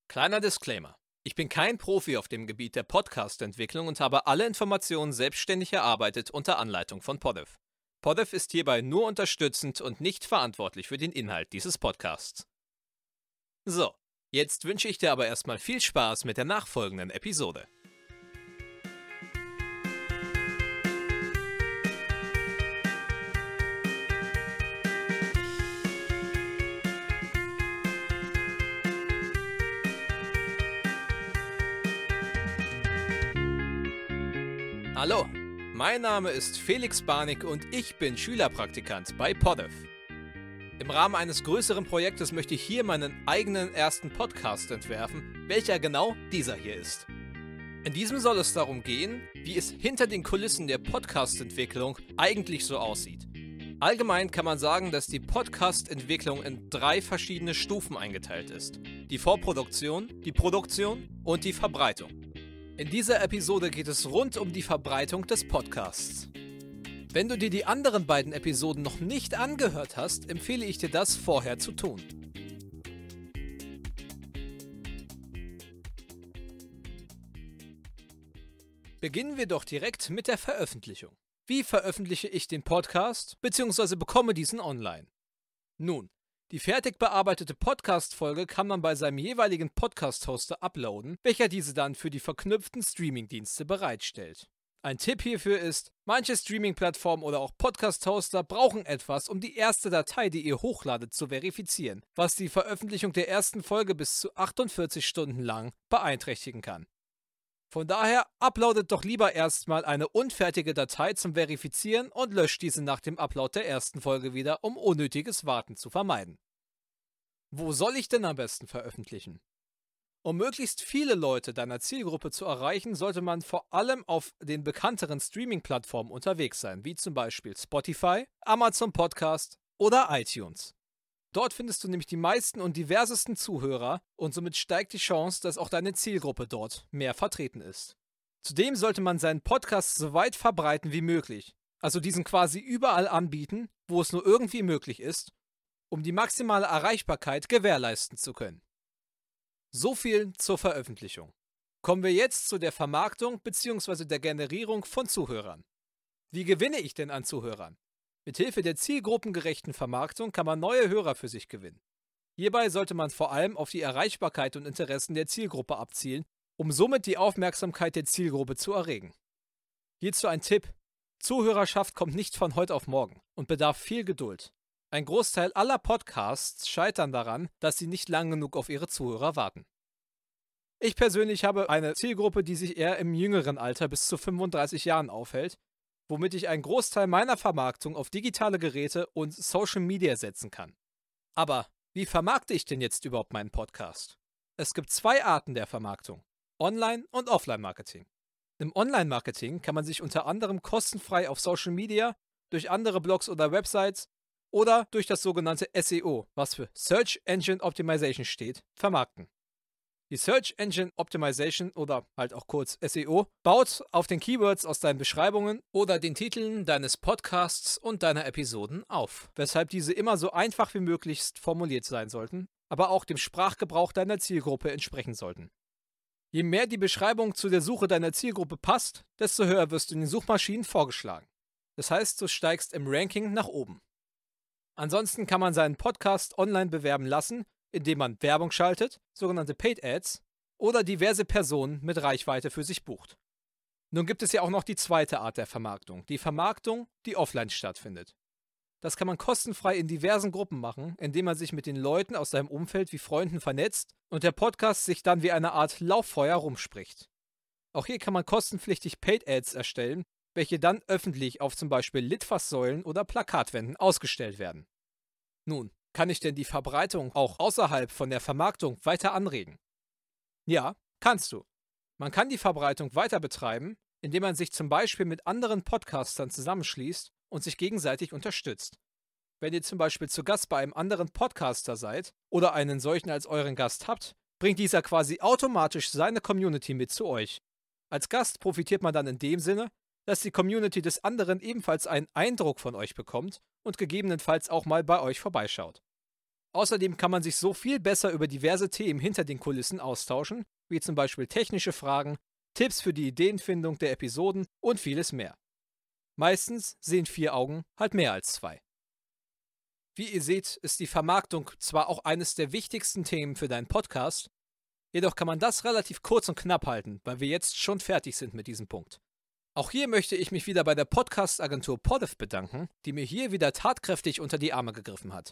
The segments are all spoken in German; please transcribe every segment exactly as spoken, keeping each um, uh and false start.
Kleiner Disclaimer. Ich bin kein Profi auf dem Gebiet der Podcast-Entwicklung und habe alle Informationen selbstständig erarbeitet unter Anleitung von Poddev. Poddev ist hierbei nur unterstützend und nicht verantwortlich für den Inhalt dieses Podcasts. So, jetzt wünsche ich dir aber erstmal viel Spaß mit der nachfolgenden Episode. Hallo, mein Name ist Felix Barnig und ich bin Schülerpraktikant bei Poddev. Im Rahmen eines größeren Projektes möchte ich hier meinen eigenen ersten Podcast entwerfen, welcher genau dieser hier ist. In diesem soll es darum gehen, wie es hinter den Kulissen der Podcast-Entwicklung eigentlich so aussieht. Allgemein kann man sagen, dass die Podcast-Entwicklung in drei verschiedene Stufen eingeteilt ist. Die Vorproduktion, die Produktion und die Verbreitung. In dieser Episode geht es rund um die Verbreitung des Podcasts. Wenn du dir die anderen beiden Episoden noch nicht angehört hast, empfehle ich dir das vorher zu tun. Beginnen wir doch direkt mit der Veröffentlichung. Wie veröffentliche ich den Podcast bzw. bekomme diesen online? Nun, die fertig bearbeitete Podcast-Folge kann man bei seinem jeweiligen Podcast-Hoster uploaden, welcher diese dann für die verknüpften Streaming-Dienste bereitstellt. Ein Tipp hierfür ist, manche Streaming-Plattformen oder auch Podcast-Hoster brauchen etwas, um die erste Datei, die ihr hochladet, zu verifizieren, was die Veröffentlichung der ersten Folge bis zu achtundvierzig Stunden lang beeinträchtigen kann. Von daher uploadet doch lieber erstmal eine unfertige Datei zum Verifizieren und löscht diese nach dem Upload der ersten Folge wieder, um unnötiges Warten zu vermeiden. Wo soll ich denn am besten veröffentlichen? Um möglichst viele Leute deiner Zielgruppe zu erreichen, sollte man vor allem auf den bekannteren Streaming-Plattformen unterwegs sein, wie zum Beispiel Spotify, Amazon Podcast oder iTunes. Dort findest du nämlich die meisten und diversesten Zuhörer und somit steigt die Chance, dass auch deine Zielgruppe dort mehr vertreten ist. Zudem sollte man seinen Podcast so weit verbreiten wie möglich, also diesen quasi überall anbieten, wo es nur irgendwie möglich ist, um die maximale Erreichbarkeit gewährleisten zu können. So viel zur Veröffentlichung. Kommen wir jetzt zu der Vermarktung bzw. der Generierung von Zuhörern. Wie gewinne ich denn an Zuhörern? Mithilfe der zielgruppengerechten Vermarktung kann man neue Hörer für sich gewinnen. Hierbei sollte man vor allem auf die Erreichbarkeit und Interessen der Zielgruppe abzielen, um somit die Aufmerksamkeit der Zielgruppe zu erregen. Hierzu ein Tipp: Zuhörerschaft kommt nicht von heute auf morgen und bedarf viel Geduld. Ein Großteil aller Podcasts scheitern daran, dass sie nicht lang genug auf ihre Zuhörer warten. Ich persönlich habe eine Zielgruppe, die sich eher im jüngeren Alter bis zu fünfunddreißig Jahren aufhält, womit ich einen Großteil meiner Vermarktung auf digitale Geräte und Social Media setzen kann. Aber wie vermarkte ich denn jetzt überhaupt meinen Podcast? Es gibt zwei Arten der Vermarktung: Online- und Offline-Marketing. Im Online-Marketing kann man sich unter anderem kostenfrei auf Social Media, durch andere Blogs oder Websites oder durch das sogenannte S E O, was für Search Engine Optimization steht, vermarkten. Die Search Engine Optimization oder halt auch kurz S E O baut auf den Keywords aus deinen Beschreibungen oder den Titeln deines Podcasts und deiner Episoden auf, weshalb diese immer so einfach wie möglich formuliert sein sollten, aber auch dem Sprachgebrauch deiner Zielgruppe entsprechen sollten. Je mehr die Beschreibung zu der Suche deiner Zielgruppe passt, desto höher wirst du in den Suchmaschinen vorgeschlagen. Das heißt, du steigst im Ranking nach oben. Ansonsten kann man seinen Podcast online bewerben lassen, indem man Werbung schaltet, sogenannte Paid Ads, oder diverse Personen mit Reichweite für sich bucht. Nun gibt es ja auch noch die zweite Art der Vermarktung, die Vermarktung, die offline stattfindet. Das kann man kostenfrei in diversen Gruppen machen, indem man sich mit den Leuten aus seinem Umfeld wie Freunden vernetzt und der Podcast sich dann wie eine Art Lauffeuer rumspricht. Auch hier kann man kostenpflichtig Paid Ads erstellen, welche dann öffentlich auf zum Beispiel Litfaßsäulen oder Plakatwänden ausgestellt werden. Nun, kann ich denn die Verbreitung auch außerhalb von der Vermarktung weiter anregen? Ja, kannst du. Man kann die Verbreitung weiter betreiben, indem man sich zum Beispiel mit anderen Podcastern zusammenschließt und sich gegenseitig unterstützt. Wenn ihr zum Beispiel zu Gast bei einem anderen Podcaster seid oder einen solchen als euren Gast habt, bringt dieser quasi automatisch seine Community mit zu euch. Als Gast profitiert man dann in dem Sinne, dass die Community des anderen ebenfalls einen Eindruck von euch bekommt und gegebenenfalls auch mal bei euch vorbeischaut. Außerdem kann man sich so viel besser über diverse Themen hinter den Kulissen austauschen, wie zum Beispiel technische Fragen, Tipps für die Ideenfindung der Episoden und vieles mehr. Meistens sehen vier Augen halt mehr als zwei. Wie ihr seht, ist die Vermarktung zwar auch eines der wichtigsten Themen für deinen Podcast, jedoch kann man das relativ kurz und knapp halten, weil wir jetzt schon fertig sind mit diesem Punkt. Auch hier möchte ich mich wieder bei der Podcast-Agentur Poddev bedanken, die mir hier wieder tatkräftig unter die Arme gegriffen hat.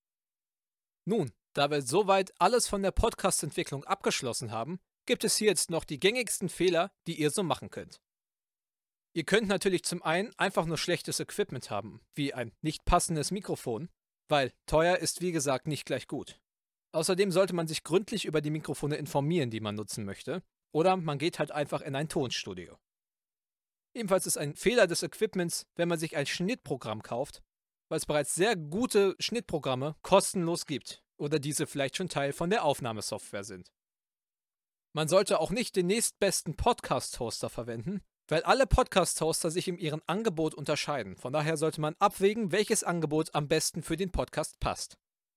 Nun, da wir soweit alles von der Podcast-Entwicklung abgeschlossen haben, gibt es hier jetzt noch die gängigsten Fehler, die ihr so machen könnt. Ihr könnt natürlich zum einen einfach nur schlechtes Equipment haben, wie ein nicht passendes Mikrofon, weil teuer ist wie gesagt nicht gleich gut. Außerdem sollte man sich gründlich über die Mikrofone informieren, die man nutzen möchte, oder man geht halt einfach in ein Tonstudio. Ebenfalls ist ein Fehler des Equipments, wenn man sich ein Schnittprogramm kauft, weil es bereits sehr gute Schnittprogramme kostenlos gibt oder diese vielleicht schon Teil von der Aufnahmesoftware sind. Man sollte auch nicht den nächstbesten Podcast-Hoster verwenden, weil alle Podcast-Hoster sich in ihrem Angebot unterscheiden. Von daher sollte man abwägen, welches Angebot am besten für den Podcast passt.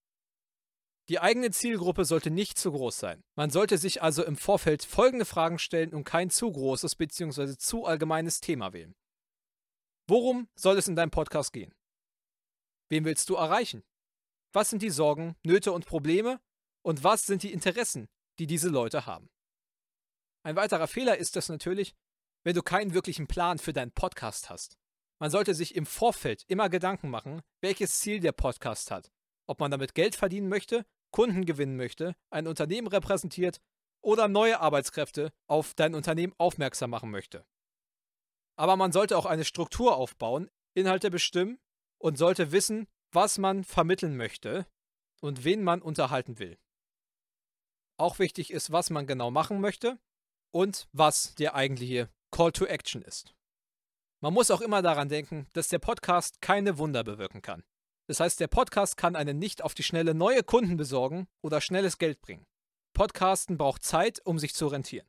Die eigene Zielgruppe sollte nicht zu groß sein. Man sollte sich also im Vorfeld folgende Fragen stellen und kein zu großes bzw. zu allgemeines Thema wählen. Worum soll es in deinem Podcast gehen? Wen willst du erreichen? Was sind die Sorgen, Nöte und Probleme? Und was sind die Interessen, die diese Leute haben? Ein weiterer Fehler ist es natürlich, wenn du keinen wirklichen Plan für deinen Podcast hast. Man sollte sich im Vorfeld immer Gedanken machen, welches Ziel der Podcast hat. Ob man damit Geld verdienen möchte, Kunden gewinnen möchte, ein Unternehmen repräsentiert oder neue Arbeitskräfte auf dein Unternehmen aufmerksam machen möchte. Aber man sollte auch eine Struktur aufbauen, Inhalte bestimmen und sollte wissen, was man vermitteln möchte und wen man unterhalten will. Auch wichtig ist, was man genau machen möchte und was der eigentliche Call to Action ist. Man muss auch immer daran denken, dass der Podcast keine Wunder bewirken kann. Das heißt, der Podcast kann einen nicht auf die Schnelle neue Kunden besorgen oder schnelles Geld bringen. Podcasten braucht Zeit, um sich zu rentieren.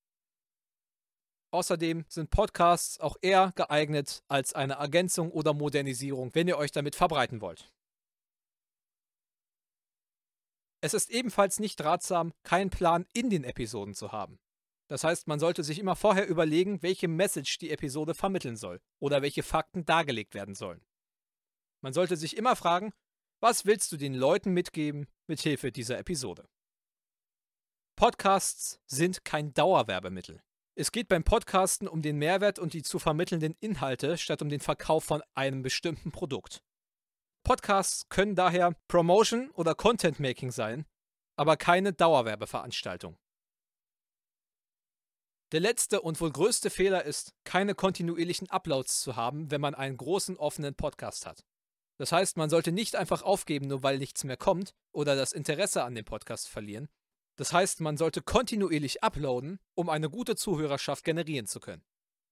Außerdem sind Podcasts auch eher geeignet als eine Ergänzung oder Modernisierung, wenn ihr euch damit verbreiten wollt. Es ist ebenfalls nicht ratsam, keinen Plan in den Episoden zu haben. Das heißt, man sollte sich immer vorher überlegen, welche Message die Episode vermitteln soll oder welche Fakten dargelegt werden sollen. Man sollte sich immer fragen, was willst du den Leuten mitgeben mit Hilfe dieser Episode? Podcasts sind kein Dauerwerbemittel. Es geht beim Podcasten um den Mehrwert und die zu vermittelnden Inhalte statt um den Verkauf von einem bestimmten Produkt. Podcasts können daher Promotion oder Content Making sein, aber keine Dauerwerbeveranstaltung. Der letzte und wohl größte Fehler ist, keine kontinuierlichen Uploads zu haben, wenn man einen großen offenen Podcast hat. Das heißt, man sollte nicht einfach aufgeben, nur weil nichts mehr kommt oder das Interesse an dem Podcast verlieren. Das heißt, man sollte kontinuierlich uploaden, um eine gute Zuhörerschaft generieren zu können.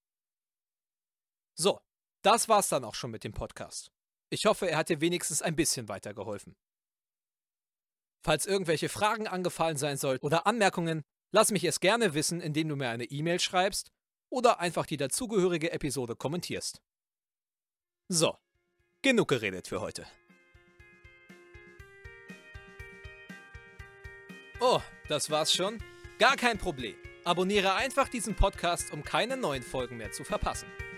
So, das war's dann auch schon mit dem Podcast. Ich hoffe, er hat dir wenigstens ein bisschen weitergeholfen. Falls irgendwelche Fragen angefallen sein sollten oder Anmerkungen, lass mich es gerne wissen, indem du mir eine E-Mail schreibst oder einfach die dazugehörige Episode kommentierst. So. Genug geredet für heute. Oh, das war's schon? Gar kein Problem. Abonniere einfach diesen Podcast, um keine neuen Folgen mehr zu verpassen.